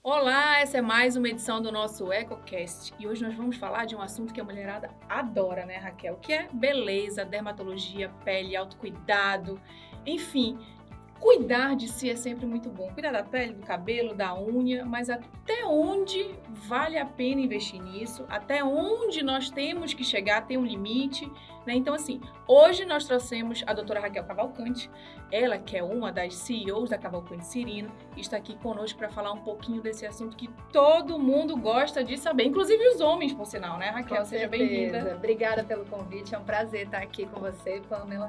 Olá, essa é mais uma edição do nosso EcoCast e hoje nós vamos falar de um assunto que a mulherada adora, né, Raquel? Que é beleza, dermatologia, pele, autocuidado, enfim. Cuidar de si é sempre muito bom. Cuidar da pele, do cabelo, da unha, mas até onde vale a pena investir nisso? Até onde nós temos que chegar? Tem um limite, né? Então, assim, hoje nós trouxemos a doutora Raquel Cavalcante, ela que é uma das CEOs da Cavalcante Cirino, está aqui conosco para falar um pouquinho desse assunto que todo mundo gosta de saber, inclusive os homens, por sinal, né, Raquel? Com Seja certeza. bem-vinda. Obrigada pelo convite, é um prazer estar aqui com você, Pamela.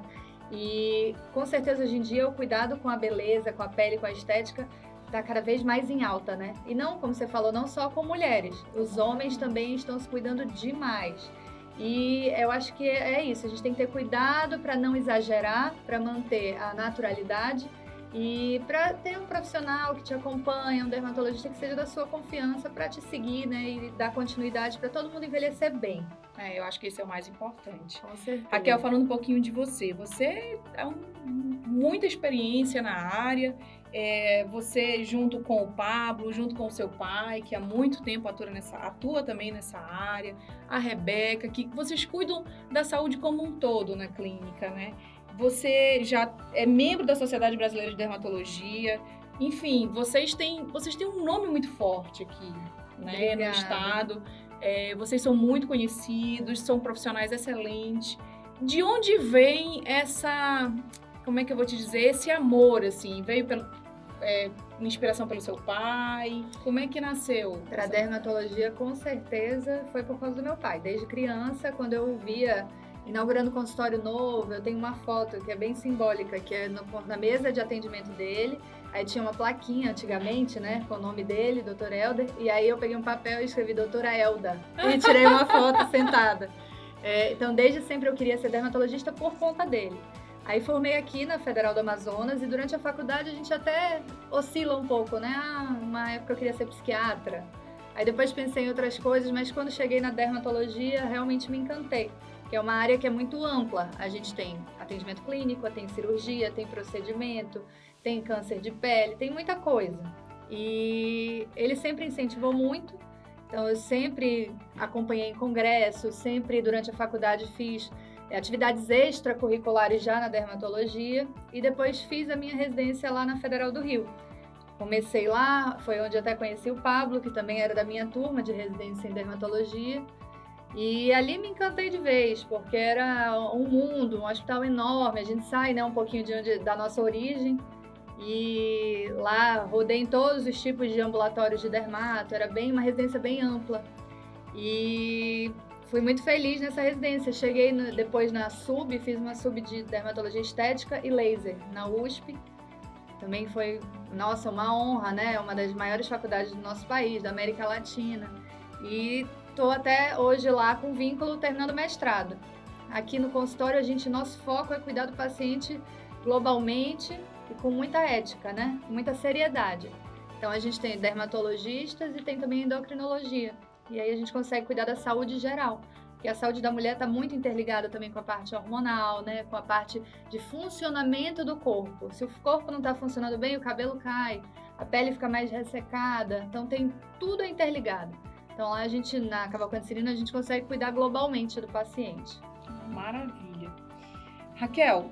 E com certeza hoje em dia o cuidado com a beleza, com a pele, com a estética está cada vez mais em alta, né? E não, como você falou, não só com mulheres, os homens também estão se cuidando demais. E eu acho que é isso, a gente tem que ter cuidado para não exagerar, para manter a naturalidade e para ter um profissional que te acompanha, um dermatologista que seja da sua confiança para te seguir, né? E dar continuidade para todo mundo envelhecer bem. Eu acho que esse é o mais importante. Com certeza. Raquel, falando um pouquinho de você. Você é muita experiência na área. Você, junto com o Pablo, junto com o seu pai, que há muito tempo atua também nessa área. A Rebeca, que vocês cuidam da saúde como um todo na clínica, né? Você já é membro da Sociedade Brasileira de Dermatologia. Enfim, vocês têm um nome muito forte aqui, né, no estado. Vocês são muito conhecidos, são profissionais excelentes. De onde vem essa, como é que eu vou te dizer, esse amor, assim? Veio inspiração pelo seu pai? Como é que nasceu? Para dermatologia, com certeza, foi por causa do meu pai. Desde criança, quando eu via inaugurando um consultório novo, eu tenho uma foto que é bem simbólica, que é na mesa de atendimento dele. Aí tinha uma plaquinha antigamente, né, com o nome dele, Dr. Helder, e aí eu peguei um papel e escrevi Doutora Elda e tirei uma foto sentada. Então, desde sempre eu queria ser dermatologista por conta dele. Aí formei aqui na Federal do Amazonas e durante a faculdade a gente até oscila um pouco, né? Uma época eu queria ser psiquiatra. Aí depois pensei em outras coisas, mas quando cheguei na dermatologia realmente me encantei, que é uma área que é muito ampla. A gente tem atendimento clínico, tem cirurgia, tem procedimento, tem câncer de pele, tem muita coisa. E ele sempre incentivou muito, então eu sempre acompanhei em congressos, sempre durante a faculdade fiz atividades extracurriculares já na dermatologia e depois fiz a minha residência lá na Federal do Rio. Comecei lá, foi onde até conheci o Pablo, que também era da minha turma de residência em dermatologia. E ali me encantei de vez, porque era um mundo, um hospital enorme, a gente sai, né, um pouquinho da nossa origem. E lá rodei em todos os tipos de ambulatórios de dermato, era uma residência bem ampla. E fui muito feliz nessa residência. Cheguei depois na sub, fiz uma sub de dermatologia estética e laser na USP. Também foi, nossa, uma honra, né? Uma das maiores faculdades do nosso país, da América Latina. E estou até hoje lá com vínculo terminando mestrado. Aqui no consultório, nosso foco é cuidar do paciente globalmente e com muita ética, né? Com muita seriedade. Então, a gente tem dermatologistas e tem também endocrinologia. E aí a gente consegue cuidar da saúde geral. Porque a saúde da mulher está muito interligada também com a parte hormonal, né? Com a parte de funcionamento do corpo. Se o corpo não está funcionando bem, o cabelo cai, a pele fica mais ressecada. Então, tudo é interligado. Então, lá na Cavalcante Cirino, a gente consegue cuidar globalmente do paciente. Maravilha. Raquel,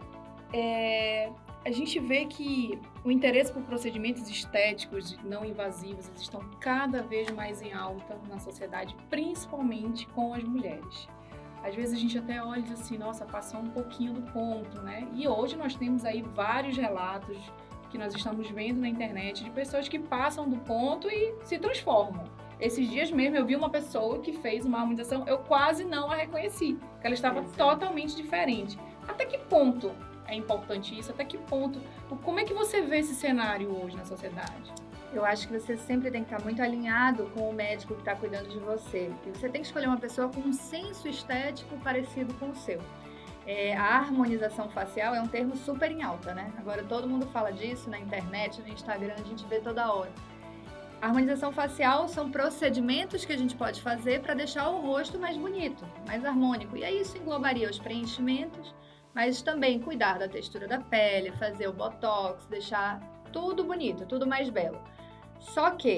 a gente vê que o interesse por procedimentos estéticos não invasivos estão cada vez mais em alta na sociedade, principalmente com as mulheres. Às vezes a gente até olha e diz assim, nossa, passou um pouquinho do ponto, né? E hoje nós temos aí vários relatos que nós estamos vendo na internet de pessoas que passam do ponto e se transformam. Esses dias mesmo eu vi uma pessoa que fez uma harmonização, eu quase não a reconheci, porque ela estava totalmente diferente. Até que ponto é importante isso? Até que ponto? Como é que você vê esse cenário hoje na sociedade? Eu acho que você sempre tem que estar muito alinhado com o médico que está cuidando de você. E você tem que escolher uma pessoa com um senso estético parecido com o seu. A harmonização facial é um termo super em alta, né? Agora todo mundo fala disso na internet, no Instagram, a gente vê toda hora. A harmonização facial são procedimentos que a gente pode fazer para deixar o rosto mais bonito, mais harmônico. E aí isso englobaria os preenchimentos, mas também cuidar da textura da pele, fazer o botox, deixar tudo bonito, tudo mais belo. Só que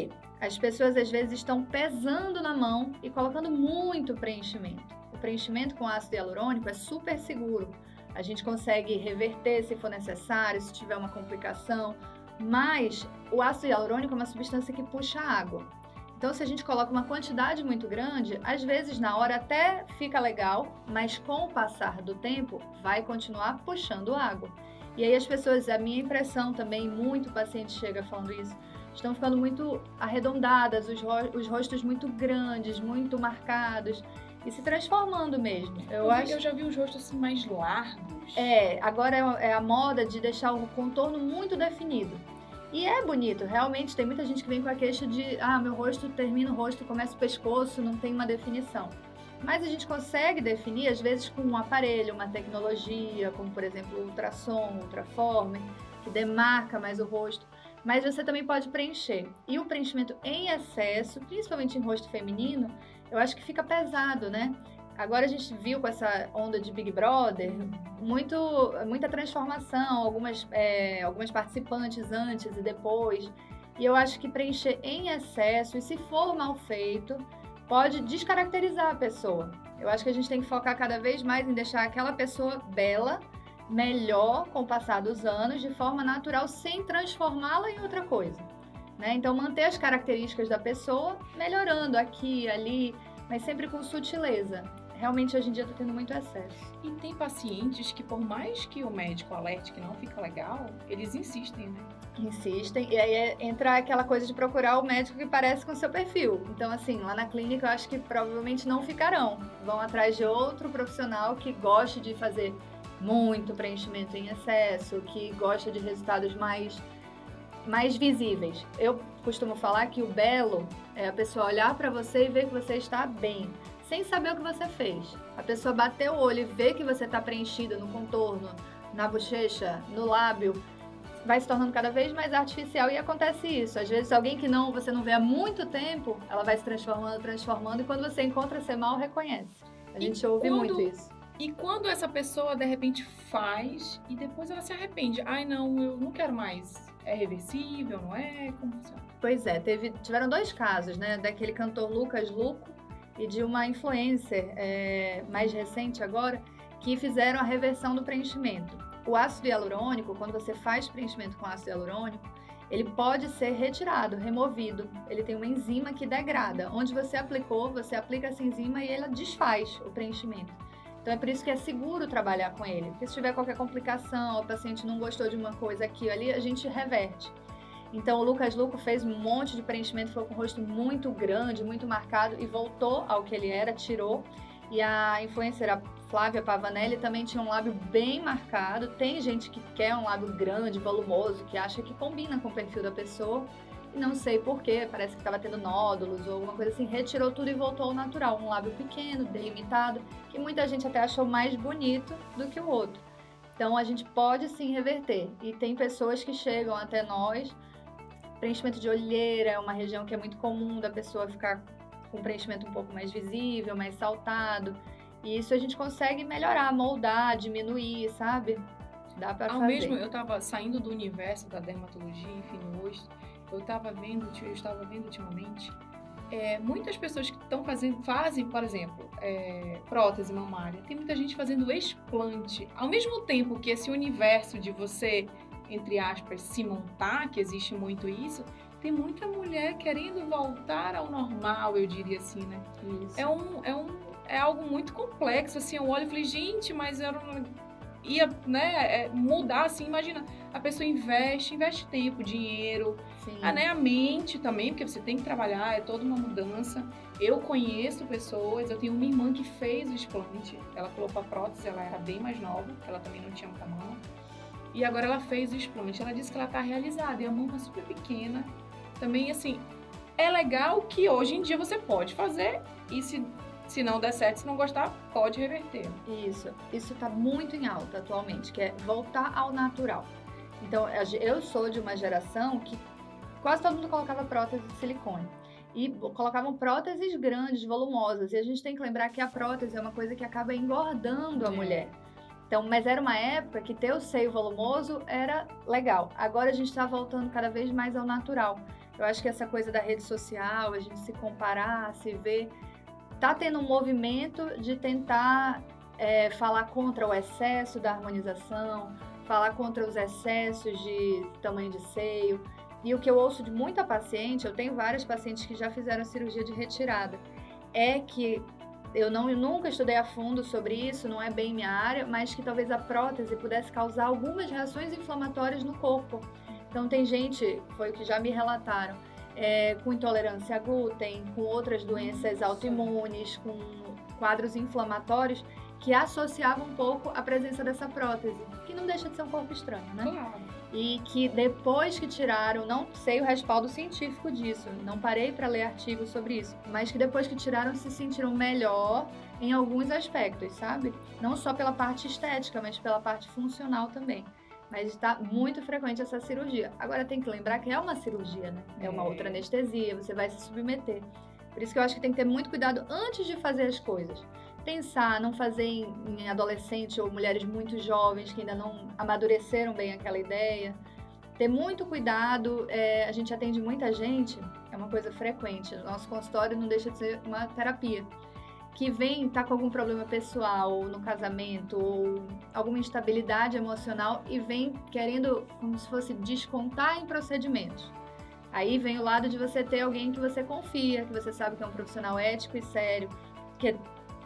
As pessoas às vezes estão pesando na mão e colocando muito preenchimento. O preenchimento com ácido hialurônico é super seguro. A gente consegue reverter se for necessário, se tiver uma complicação, mas o ácido hialurônico é uma substância que puxa água. Então, se a gente coloca uma quantidade muito grande, às vezes na hora até fica legal, mas com o passar do tempo vai continuar puxando água. E aí as pessoas, a minha impressão também, muito paciente chega falando isso, estão ficando muito arredondadas, os rostos muito grandes, muito marcados e se transformando mesmo. Eu já vi os rostos assim mais largos. Agora é a moda de deixar o contorno muito definido. E é bonito, realmente tem muita gente que vem com a queixa de meu rosto termina o rosto, começa o pescoço, não tem uma definição. Mas a gente consegue definir, às vezes, com um aparelho, uma tecnologia, como por exemplo o ultrassom, ultraformer, que demarca mais o rosto. Mas você também pode preencher. E o preenchimento em excesso, principalmente em rosto feminino, eu acho que fica pesado, né? Agora a gente viu com essa onda de Big Brother, muita transformação, algumas participantes antes e depois. E eu acho que preencher em excesso, e se for mal feito, pode descaracterizar a pessoa. Eu acho que a gente tem que focar cada vez mais em deixar aquela pessoa bela, melhor com o passar dos anos, de forma natural, sem transformá-la em outra coisa, né? Então, manter as características da pessoa, melhorando aqui, ali, mas sempre com sutileza. Realmente, hoje em dia, tá tendo muito excesso. E tem pacientes que, por mais que o médico alerte que não fica legal, eles insistem, né? Insistem, e aí entra aquela coisa de procurar o médico que parece com o seu perfil. Então, assim, lá na clínica, eu acho que provavelmente não ficarão. Vão atrás de outro profissional que goste de fazer muito preenchimento em excesso, que gosta de resultados mais visíveis. Eu costumo falar que o belo é a pessoa olhar para você e ver que você está bem, sem saber o que você fez. A pessoa bater o olho e ver que você está preenchida no contorno, na bochecha, no lábio, vai se tornando cada vez mais artificial e acontece isso. Às vezes alguém que você não vê há muito tempo, ela vai se transformando e quando você encontra, você mal reconhece. A gente ouve muito isso. E quando essa pessoa, de repente, faz e depois ela se arrepende. Ai, não, eu não quero mais. É reversível, não é? Como funciona? Pois é, tiveram 2 casos, né? Daquele cantor Lucas Luco e de uma influencer mais recente agora, que fizeram a reversão do preenchimento. O ácido hialurônico, quando você faz preenchimento com ácido hialurônico, ele pode ser retirado, removido. Ele tem uma enzima que degrada. Onde você aplicou, você aplica essa enzima e ela desfaz o preenchimento. Então, é por isso que é seguro trabalhar com ele. Porque se tiver qualquer complicação, o paciente não gostou de uma coisa aqui ou ali, a gente reverte. Então, o Lucas Luco fez um monte de preenchimento, ficou com o rosto muito grande, muito marcado e voltou ao que ele era, tirou. E a influencer, a Flávia Pavanelli, também tinha um lábio bem marcado. Tem gente que quer um lábio grande, volumoso, que acha que combina com o perfil da pessoa. E não sei porquê, parece que estava tendo nódulos ou alguma coisa assim, retirou tudo e voltou ao natural. Um lábio pequeno, delimitado, que muita gente até achou mais bonito do que o outro. Então, a gente pode sim reverter. E tem pessoas que chegam até nós. Preenchimento de olheira é uma região que é muito comum da pessoa ficar com preenchimento um pouco mais visível, mais saltado. E isso a gente consegue melhorar, moldar, diminuir, sabe? Dá pra fazer. Eu estava saindo do universo da dermatologia, enfim, hoje, eu estava vendo ultimamente, muitas pessoas que fazem, por exemplo, prótese mamária. Tem muita gente fazendo explante. Ao mesmo tempo que esse universo de você, entre aspas, se montar, que existe muito isso, tem muita mulher querendo voltar ao normal, eu diria assim, né? Isso. É algo muito complexo, assim, eu olho e falei, gente, mas eu não ia, né, mudar, assim, imagina, a pessoa investe tempo, dinheiro, né, a mente também, porque você tem que trabalhar, é toda uma mudança. Eu conheço pessoas, eu tenho uma irmã que fez o explante, ela colocou a prótese, ela era bem mais nova, ela também não tinha muita mão, e agora ela fez o explante, ela disse que ela tá realizada, e a mão tá super pequena, também, assim, é legal que hoje em dia você pode fazer, e se não der certo, se não gostar, pode reverter. Isso tá muito em alta atualmente, que é voltar ao natural. Então, eu sou de uma geração que quase todo mundo colocava prótese de silicone. E colocavam próteses grandes, volumosas. E a gente tem que lembrar que a prótese é uma coisa que acaba engordando a mulher. Então, mas era uma época que ter o seio volumoso era legal. Agora a gente está voltando cada vez mais ao natural. Eu acho que essa coisa da rede social, a gente se comparar, se ver, tá tendo um movimento de tentar falar contra o excesso da harmonização, falar contra os excessos de tamanho de seio. E o que eu ouço de muita paciente, eu tenho várias pacientes que já fizeram cirurgia de retirada, é que eu nunca estudei a fundo sobre isso, não é bem minha área, mas que talvez a prótese pudesse causar algumas reações inflamatórias no corpo. Então tem gente, foi o que já me relataram, com intolerância a glúten, com outras doenças autoimunes, com quadros inflamatórios, que associavam um pouco a presença dessa prótese, que não deixa de ser um corpo estranho, né? Claro. E que depois que tiraram, não sei o respaldo científico disso, não parei para ler artigos sobre isso, mas que depois que tiraram se sentiram melhor em alguns aspectos, sabe? Não só pela parte estética, mas pela parte funcional também. Mas está muito frequente essa cirurgia. Agora tem que lembrar que é uma cirurgia, né? É uma outra anestesia, você vai se submeter. Por isso que eu acho que tem que ter muito cuidado antes de fazer as coisas. Pensar, não fazer em adolescente ou mulheres muito jovens que ainda não amadureceram bem aquela ideia. Ter muito cuidado, a gente atende muita gente, é uma coisa frequente. O nosso consultório não deixa de ser uma terapia. Que vem, tá com algum problema pessoal, ou no casamento, ou alguma instabilidade emocional e vem querendo, como se fosse, descontar em procedimentos. Aí vem o lado de você ter alguém que você confia, que você sabe que é um profissional ético e sério, que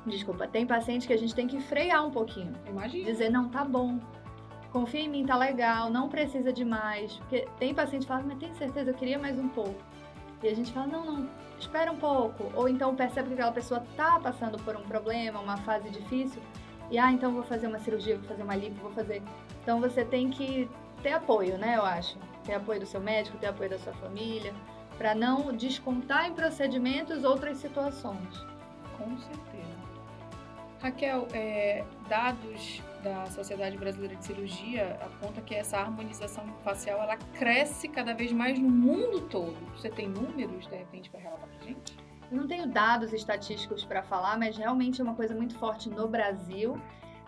tem paciente que a gente tem que frear um pouquinho. Imagina. Dizer, não, tá bom, confia em mim, tá legal, não precisa de mais. Porque tem paciente que fala, mas tem certeza, eu queria mais um pouco. E a gente fala, não, espera um pouco. Ou então percebe que aquela pessoa tá passando por um problema, uma fase difícil. E, então vou fazer uma cirurgia, vou fazer uma lipo, vou fazer... Então você tem que ter apoio, né, eu acho. Ter apoio do seu médico, ter apoio da sua família, para não descontar em procedimentos outras situações. Com certeza. Raquel, dados da Sociedade Brasileira de Cirurgia apontam que essa harmonização facial ela cresce cada vez mais no mundo todo. Você tem números, de repente, para relatar para a gente? Eu não tenho dados estatísticos para falar, mas realmente é uma coisa muito forte no Brasil,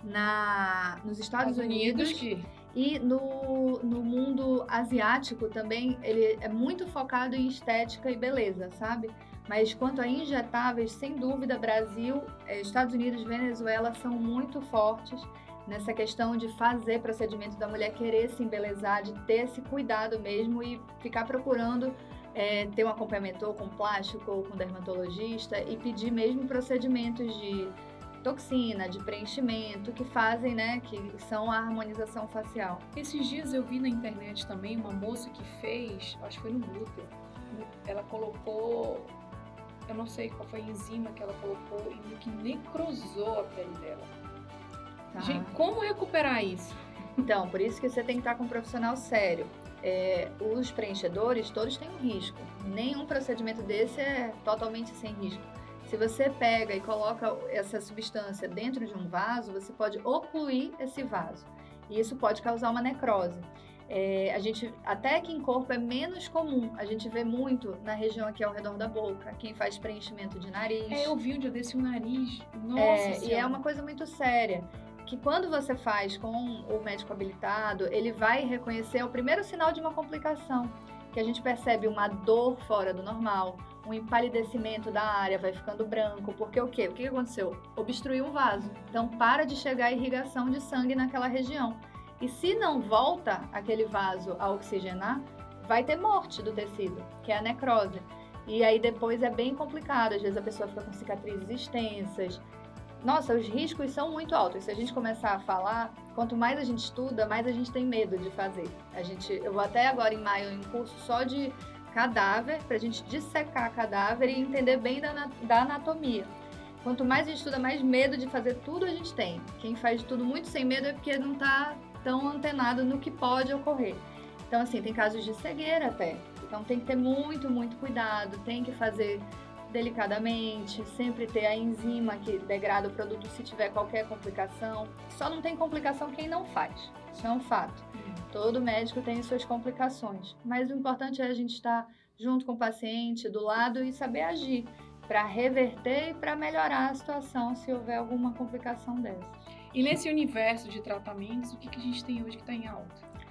nos Estados Unidos e no mundo asiático também. Ele é muito focado em estética e beleza, sabe? Mas quanto a injetáveis, sem dúvida, Brasil, Estados Unidos, Venezuela são muito fortes nessa questão de fazer procedimento da mulher querer se embelezar, de ter esse cuidado mesmo e ficar procurando ter um acompanhamento ou com plástico ou com dermatologista e pedir mesmo procedimentos de toxina, de preenchimento, que fazem, né, que são a harmonização facial. Esses dias eu vi na internet também uma moça que fez, acho que foi no glúteo, ela colocou... Eu não sei qual foi a enzima que ela colocou e que necrosou a pele dela. Tá. Gente, como recuperar isso? Então, por isso que você tem que estar com um profissional sério. Os preenchedores, todos têm um risco. Nenhum procedimento desse é totalmente sem risco. Se você pega e coloca essa substância dentro de um vaso, você pode ocluir esse vaso. E isso pode causar uma necrose. A gente, até aqui em corpo é menos comum, a gente vê muito na região aqui ao redor da boca, quem faz preenchimento de nariz. Eu vi um dia desse um nariz, nossa e é uma coisa muito séria, que quando você faz com o médico habilitado, ele vai reconhecer o primeiro sinal de uma complicação, que a gente percebe uma dor fora do normal, um empalidecimento da área, vai ficando branco, porque o quê? O que aconteceu? Obstruiu um vaso, então para de chegar a irrigação de sangue naquela região. E se não volta aquele vaso a oxigenar, vai ter morte do tecido, que é a necrose. E aí depois é bem complicado, às vezes a pessoa fica com cicatrizes extensas. Nossa, os riscos são muito altos. Se a gente começar a falar, quanto mais a gente estuda, mais a gente tem medo de fazer. Eu vou até agora em maio em um curso só de cadáver, pra gente dissecar cadáver e entender bem da anatomia. Quanto mais a gente estuda, mais medo de fazer tudo a gente tem. Quem faz tudo muito sem medo é porque não tá tão antenado no que pode ocorrer. Então, assim, tem casos de cegueira até. Então, tem que ter muito, muito cuidado, tem que fazer delicadamente, sempre ter a enzima que degrada o produto se tiver qualquer complicação. Só não tem complicação quem não faz, isso é um fato. Todo médico tem suas complicações, mas o importante é a gente estar junto com o paciente, do lado e saber agir para reverter e para melhorar a situação se houver alguma complicação dessa. E nesse universo de tratamentos, o que a gente tem hoje que está em alta? O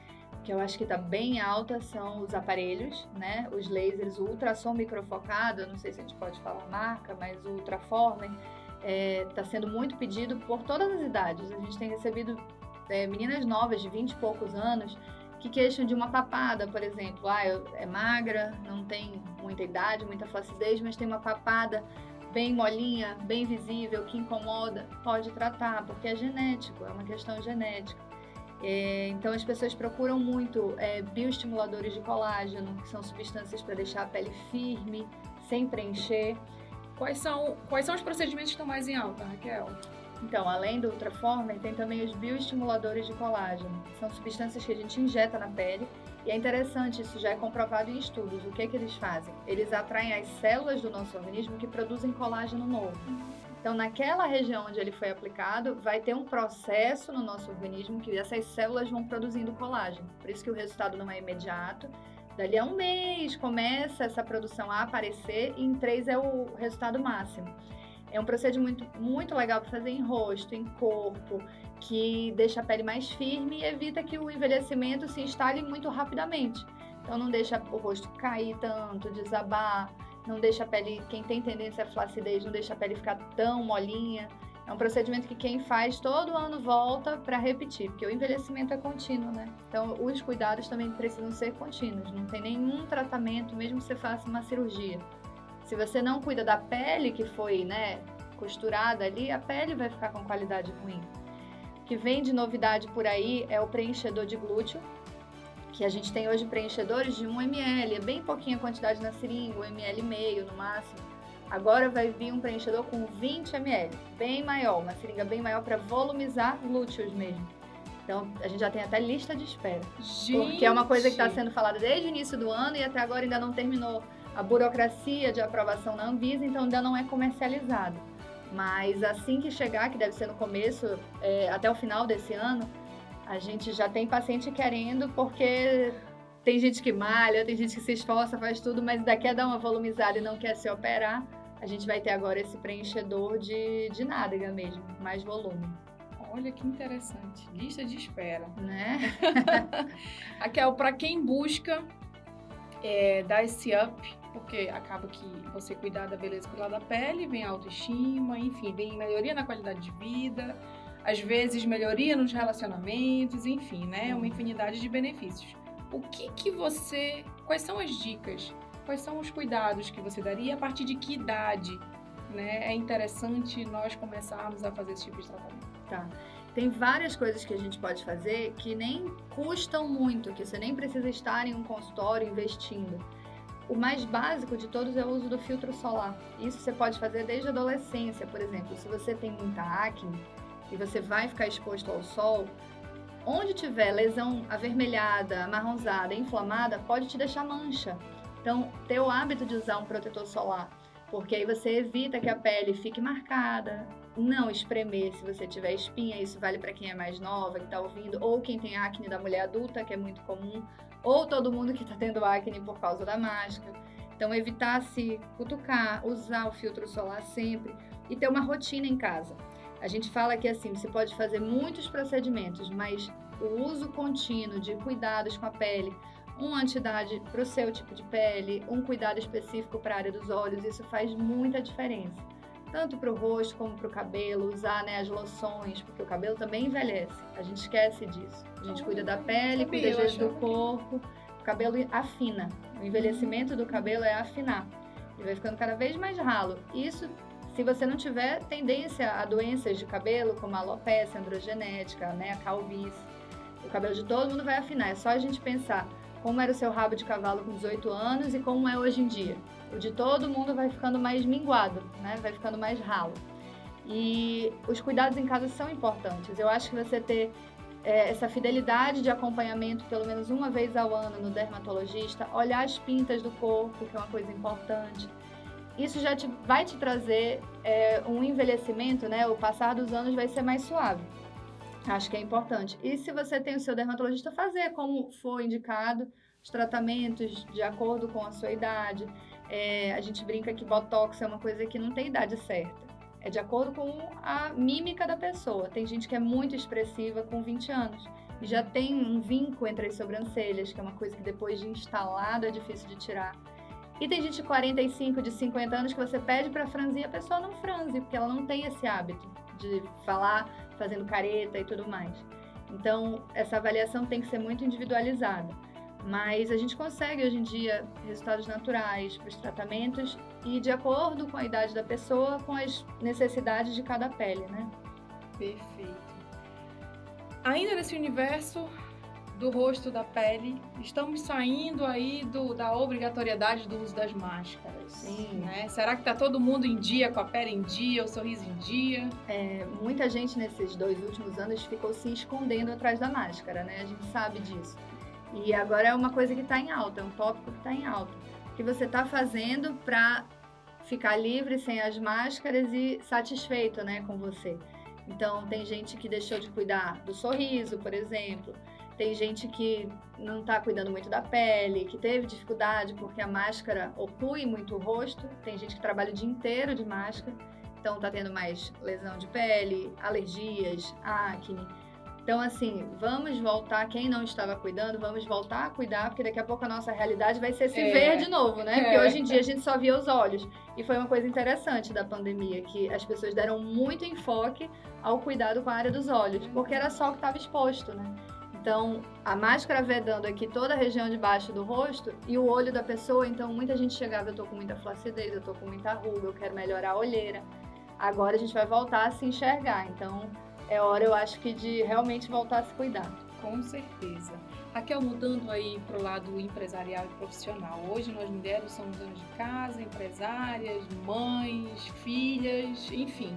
que eu acho que está bem alta, são os aparelhos, né? Os lasers, o ultrassom microfocado, eu não sei se a gente pode falar a marca, mas o Ultraformer está sendo muito pedido por todas as idades. A gente tem recebido meninas novas de 20 e poucos anos que queixam de uma papada, por exemplo. É magra, não tem muita idade, muita flacidez, mas tem uma papada bem molinha, bem visível, que incomoda. Pode tratar, porque é genético, é uma questão genética. Então as pessoas procuram muito bioestimuladores de colágeno, que são substâncias para deixar a pele firme, sem preencher. Quais são os procedimentos que estão mais em alta, Raquel? Então, além do Ultraformer, tem também os bioestimuladores de colágeno. São substâncias que a gente injeta na pele. E é interessante, isso já é comprovado em estudos. O que eles fazem? Eles atraem as células do nosso organismo que produzem colágeno novo. Então, naquela região onde ele foi aplicado, vai ter um processo no nosso organismo que essas células vão produzindo colágeno. Por isso que o resultado não é imediato. Dali a um mês começa essa produção a aparecer e em 3 é o resultado máximo. É um procedimento muito legal para fazer em rosto, em corpo, que deixa a pele mais firme e evita que o envelhecimento se instale muito rapidamente. Então não deixa o rosto cair tanto, desabar, não deixa a pele, quem tem tendência à flacidez, não deixa a pele ficar tão molinha. É um procedimento que quem faz todo ano volta para repetir, porque o envelhecimento é contínuo, né? Então os cuidados também precisam ser contínuos, não tem nenhum tratamento, mesmo que você faça uma cirurgia. Se você não cuida da pele que foi, costurada ali, a pele vai ficar com qualidade ruim. O que vem de novidade por aí é o preenchedor de glúteo, que a gente tem hoje preenchedores de 1 ml, é bem pouquinha quantidade na seringa, 1,5 ml no máximo. Agora vai vir um preenchedor com 20 ml, bem maior, uma seringa bem maior para volumizar glúteos mesmo. Então, a gente já tem até lista de espera. Gente! Porque é uma coisa que está sendo falada desde o início do ano e até agora ainda não terminou a burocracia de aprovação na Anvisa, então ainda não é comercializado. Mas assim que chegar, que deve ser no começo, até o final desse ano, a gente já tem paciente querendo, porque tem gente que malha, tem gente que se esforça, faz tudo, mas daqui a dar uma volumizada e não quer se operar, a gente vai ter agora esse preenchedor de nádega mesmo, mais volume. Olha que interessante, lista de espera. Né? Raquel, para quem busca dar esse up, porque acaba que você cuidar da beleza, cuidar da pele, vem a autoestima, enfim, vem melhoria na qualidade de vida, às vezes melhoria nos relacionamentos, enfim, né? Uma infinidade de benefícios. Quais são as dicas, quais são os cuidados que você daria, a partir de que idade, né? É interessante nós começarmos a fazer esse tipo de tratamento. Tá. Tem várias coisas que a gente pode fazer que nem custam muito, que você nem precisa estar em um consultório investindo. O mais básico de todos é o uso do filtro solar. Isso você pode fazer desde a adolescência, por exemplo. Se você tem muita acne e você vai ficar exposto ao sol, onde tiver lesão avermelhada, amarronzada, inflamada, pode te deixar mancha. Então, ter o hábito de usar um protetor solar, porque aí você evita que a pele fique marcada. Não espremer se você tiver espinha, isso vale para quem é mais nova, que está ouvindo, ou quem tem acne da mulher adulta, que é muito comum, ou todo mundo que está tendo acne por causa da máscara. Então, evitar se cutucar, usar o filtro solar sempre e ter uma rotina em casa. A gente fala que assim, você pode fazer muitos procedimentos, mas o uso contínuo de cuidados com a pele, um anti-idade para o seu tipo de pele, um cuidado específico para a área dos olhos, isso faz muita diferença. Tanto para o rosto como para o cabelo, usar as loções, porque o cabelo também envelhece. A gente esquece disso. A gente cuida da pele, cuida às vezes do corpo. O cabelo afina. O envelhecimento do cabelo é afinar. Ele vai ficando cada vez mais ralo. Isso, se você não tiver tendência a doenças de cabelo, como a alopecia androgenética, a calvície, o cabelo de todo mundo vai afinar. É só a gente pensar como era o seu rabo de cavalo com 18 anos e como é hoje em dia. O de todo mundo vai ficando mais minguado, vai ficando mais ralo. E os cuidados em casa são importantes. Eu acho que você ter essa fidelidade de acompanhamento pelo menos uma vez ao ano no dermatologista, olhar as pintas do corpo, que é uma coisa importante. Isso já vai te trazer um envelhecimento, o passar dos anos vai ser mais suave. Acho que é importante. E se você tem o seu dermatologista, fazer como for indicado, os tratamentos de acordo com a sua idade. A gente brinca que Botox é uma coisa que não tem idade certa. É de acordo com a mímica da pessoa. Tem gente que é muito expressiva com 20 anos. e já tem um vinco entre as sobrancelhas, que é uma coisa que depois de instalado é difícil de tirar. E tem gente de 45, de 50 anos que você pede para franzir e a pessoa não franze, porque ela não tem esse hábito de falar fazendo careta e tudo mais. Então, essa avaliação tem que ser muito individualizada. Mas a gente consegue, hoje em dia, resultados naturais para os tratamentos e de acordo com a idade da pessoa, com as necessidades de cada pele, né? Perfeito. Ainda nesse universo do rosto, da pele, estamos saindo aí da obrigatoriedade do uso das máscaras. Sim. Né? Será que está todo mundo em dia, com a pele em dia, o sorriso em dia? Muita gente nesses 2 últimos anos ficou se escondendo atrás da máscara, né? A gente sabe disso. E agora é uma coisa que está em alta, é um tópico que está em alta. O que você está fazendo para ficar livre sem as máscaras e satisfeito, né, com você. Então, tem gente que deixou de cuidar do sorriso, por exemplo. Tem gente que não está cuidando muito da pele, que teve dificuldade porque a máscara occlui muito o rosto. Tem gente que trabalha o dia inteiro de máscara, então está tendo mais lesão de pele, alergias, acne. Então, assim, vamos voltar, quem não estava cuidando, vamos voltar a cuidar, porque daqui a pouco a nossa realidade vai ser se ver de novo, né? Porque hoje em dia a gente só via os olhos. E foi uma coisa interessante da pandemia, que as pessoas deram muito enfoque ao cuidado com a área dos olhos, porque era só o que estava exposto, né? Então, a máscara vedando aqui toda a região de baixo do rosto e o olho da pessoa, então muita gente chegava, eu tô com muita flacidez, eu tô com muita ruga, eu quero melhorar a olheira. Agora a gente vai voltar a se enxergar, então é hora, eu acho que, de realmente voltar a se cuidar. Com certeza. Raquel, mudando aí para o lado empresarial e profissional. Hoje nós mulheres somos donas de casa, empresárias, mães, filhas, enfim.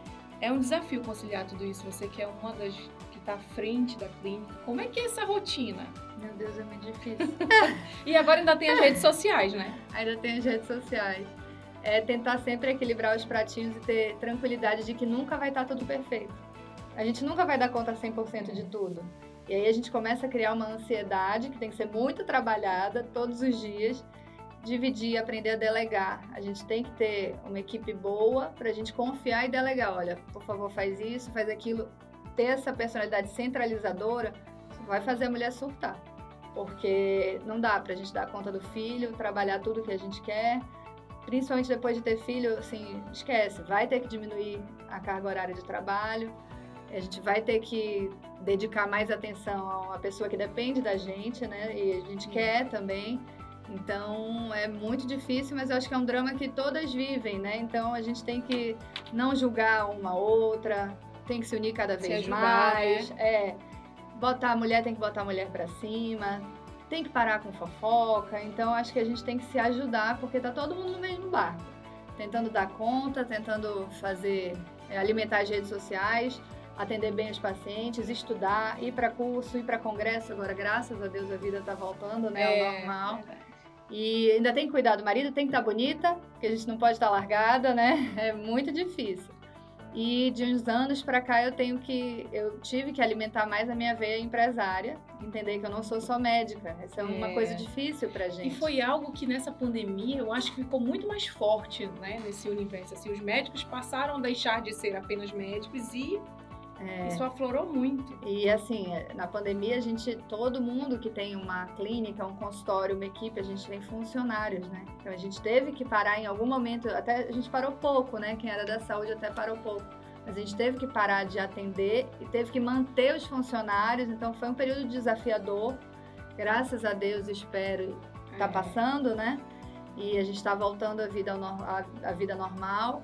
É um desafio conciliar tudo isso. Você que é uma das que está à frente da clínica. Como é que é essa rotina? Meu Deus, é muito difícil. E agora ainda tem as redes sociais, né? Ainda tem as redes sociais. É tentar sempre equilibrar os pratinhos e ter tranquilidade de que nunca vai estar tudo perfeito. A gente nunca vai dar conta 100% de tudo. E aí a gente começa a criar uma ansiedade que tem que ser muito trabalhada todos os dias, dividir, aprender a delegar. A gente tem que ter uma equipe boa para a gente confiar e delegar. Olha, por favor, faz isso, faz aquilo. Ter essa personalidade centralizadora vai fazer a mulher surtar. Porque não dá para a gente dar conta do filho, trabalhar tudo que a gente quer. Principalmente depois de ter filho, assim, esquece. Vai ter que diminuir a carga horária de trabalho. A gente vai ter que dedicar mais atenção a uma pessoa que depende da gente, né? E a gente quer também. Então, é muito difícil, mas eu acho que é um drama que todas vivem, né? Então, a gente tem que não julgar uma outra, tem que se unir cada vez mais. Né? A mulher tem que botar a mulher pra cima, tem que parar com fofoca. Então, acho que a gente tem que se ajudar, porque tá todo mundo no mesmo barco. Tentando dar conta, tentando alimentar as redes sociais, atender bem os pacientes, estudar, ir para curso, ir para congresso. Agora, graças a Deus, a vida está voltando, né, ao normal. Verdade. E ainda tem que cuidar do marido, tem que estar bonita, porque a gente não pode estar largada, né? É muito difícil. E de uns anos para cá eu tive que alimentar mais a minha veia empresária, entender que eu não sou só médica. Essa é uma coisa difícil pra gente. E foi algo que nessa pandemia eu acho que ficou muito mais forte, né, nesse universo. Assim, os médicos passaram a deixar de ser apenas médicos e isso aflorou muito. E assim, na pandemia, todo mundo que tem uma clínica, um consultório, uma equipe, a gente tem funcionários, né? Então a gente teve que parar em algum momento, até a gente parou pouco, né? Quem era da saúde até parou pouco. Mas a gente teve que parar de atender e teve que manter os funcionários, então foi um período desafiador. Graças a Deus, espero, tá passando, né? E a gente está voltando à vida normal.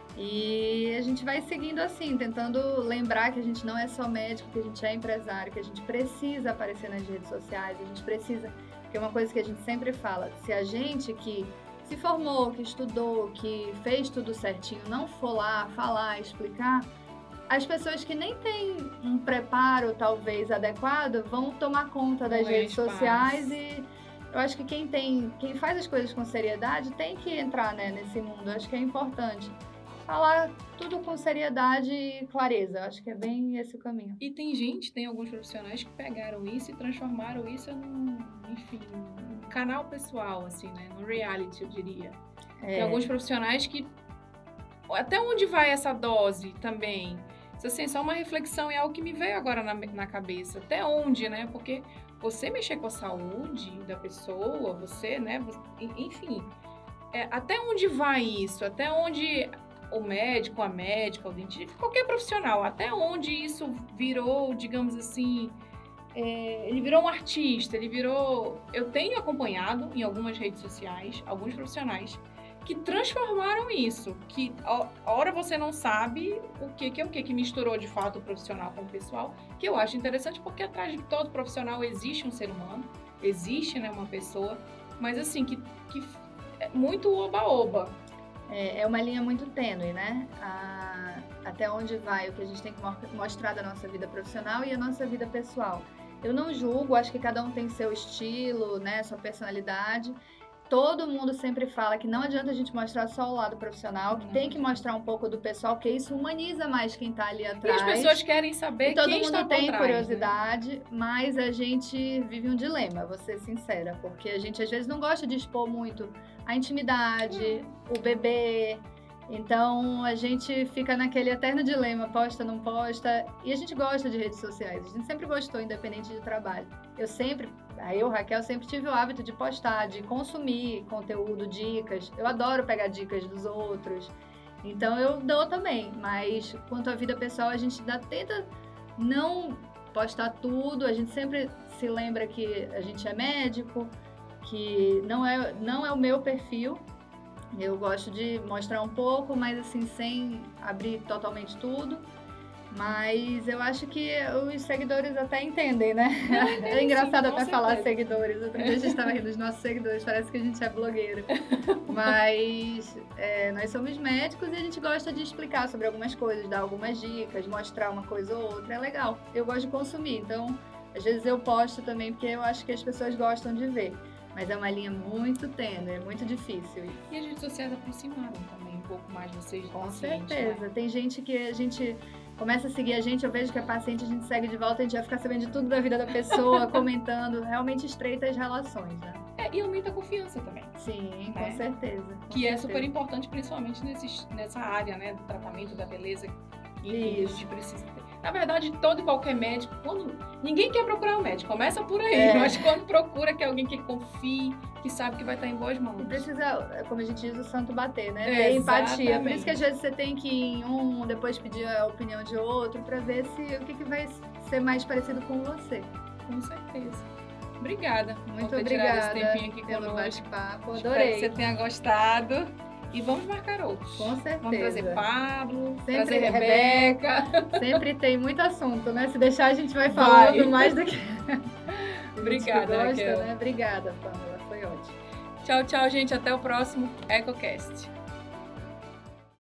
E a gente vai seguindo assim, tentando lembrar que a gente não é só médico, que a gente é empresário, que a gente precisa aparecer nas redes sociais, a gente precisa, porque é uma coisa que a gente sempre fala, se a gente que se formou, que estudou, que fez tudo certinho, não for lá falar, explicar, as pessoas que nem têm um preparo talvez adequado vão tomar conta das redes sociais e eu acho que quem faz as coisas com seriedade tem que entrar, né, nesse mundo, eu acho que é importante. Falar tudo com seriedade e clareza. Acho que é bem esse o caminho. E tem alguns profissionais que pegaram isso e transformaram isso num canal pessoal, assim, né? Num reality, eu diria. Tem alguns profissionais que... Até onde vai essa dose também? assim, só uma reflexão e algo que me veio agora na cabeça. Até onde, né? Porque você mexer com a saúde da pessoa, você, né? Enfim, até onde vai isso? Até onde o médico, a médica, o dentista, qualquer profissional, até onde isso virou, digamos assim, ele virou um artista, Eu tenho acompanhado em algumas redes sociais, alguns profissionais que transformaram isso, que ora você não sabe o que é o que misturou de fato o profissional com o pessoal, que eu acho interessante porque atrás de todo profissional existe um ser humano, existe, né, uma pessoa, mas assim, que é muito oba-oba. É uma linha muito tênue, né? Até onde vai o que a gente tem que mostrar da nossa vida profissional e a nossa vida pessoal. Eu não julgo, acho que cada um tem seu estilo, né, sua personalidade. Todo mundo sempre fala que não adianta a gente mostrar só o lado profissional, que tem que mostrar um pouco do pessoal, porque isso humaniza mais quem tá ali atrás. E as pessoas querem saber quem está por trás. Todo mundo tem curiosidade, né? Mas a gente vive um dilema, vou ser sincera, porque a gente às vezes não gosta de expor muito a intimidade, o bebê. Então a gente fica naquele eterno dilema, posta, não posta, e a gente gosta de redes sociais, a gente sempre gostou, independente de trabalho. Raquel, sempre tive o hábito de postar, de consumir conteúdo, dicas, eu adoro pegar dicas dos outros, então eu dou também, mas quanto à vida pessoal a gente tenta não postar tudo, a gente sempre se lembra que a gente é médico, que não é o meu perfil. Eu gosto de mostrar um pouco, mas assim, sem abrir totalmente tudo. Mas eu acho que os seguidores até entendem, né? É engraçado até falar seguidores. Outro dia a gente estava rindo dos nossos seguidores, parece que a gente é blogueira. Mas nós somos médicos e a gente gosta de explicar sobre algumas coisas, dar algumas dicas, mostrar uma coisa ou outra. É legal. Eu gosto de consumir, então às vezes eu posto também porque eu acho que as pessoas gostam de ver. Mas é uma linha muito tênue, é muito difícil isso. E as redes sociais aproximaram também um pouco mais vocês. Com certeza. Né? Tem gente que a gente começa a seguir a gente, eu vejo que é paciente, a gente segue de volta, a gente vai ficar sabendo de tudo da vida da pessoa, comentando, realmente estreita as relações, né? E aumenta a confiança também. Sim, com certeza. Que é super importante, principalmente nessa área, né, do tratamento da beleza. Que a gente precisa ter. Na verdade, todo e qualquer médico, ninguém quer procurar um médico, começa por aí. Mas quando procura, que é alguém que confie, que sabe que vai estar em boas mãos. E precisa, como a gente diz, o santo bater, né? Ter empatia. Por isso que às vezes você tem que ir em um, depois pedir a opinião de outro, pra ver o que vai ser mais parecido com você. Com certeza. Obrigada. Muito obrigada esse tempinho aqui pelo bate-papo. Adorei. Espero que você tenha gostado. E vamos marcar outros. Com certeza. Vamos trazer Pablo, sempre trazer Rebeca. Sempre tem muito assunto, né? Se deixar, a gente vai falando mais do que... Obrigada, gosta, né? Obrigada, Pamela. Foi ótimo. Tchau, tchau, gente. Até o próximo EcoCast.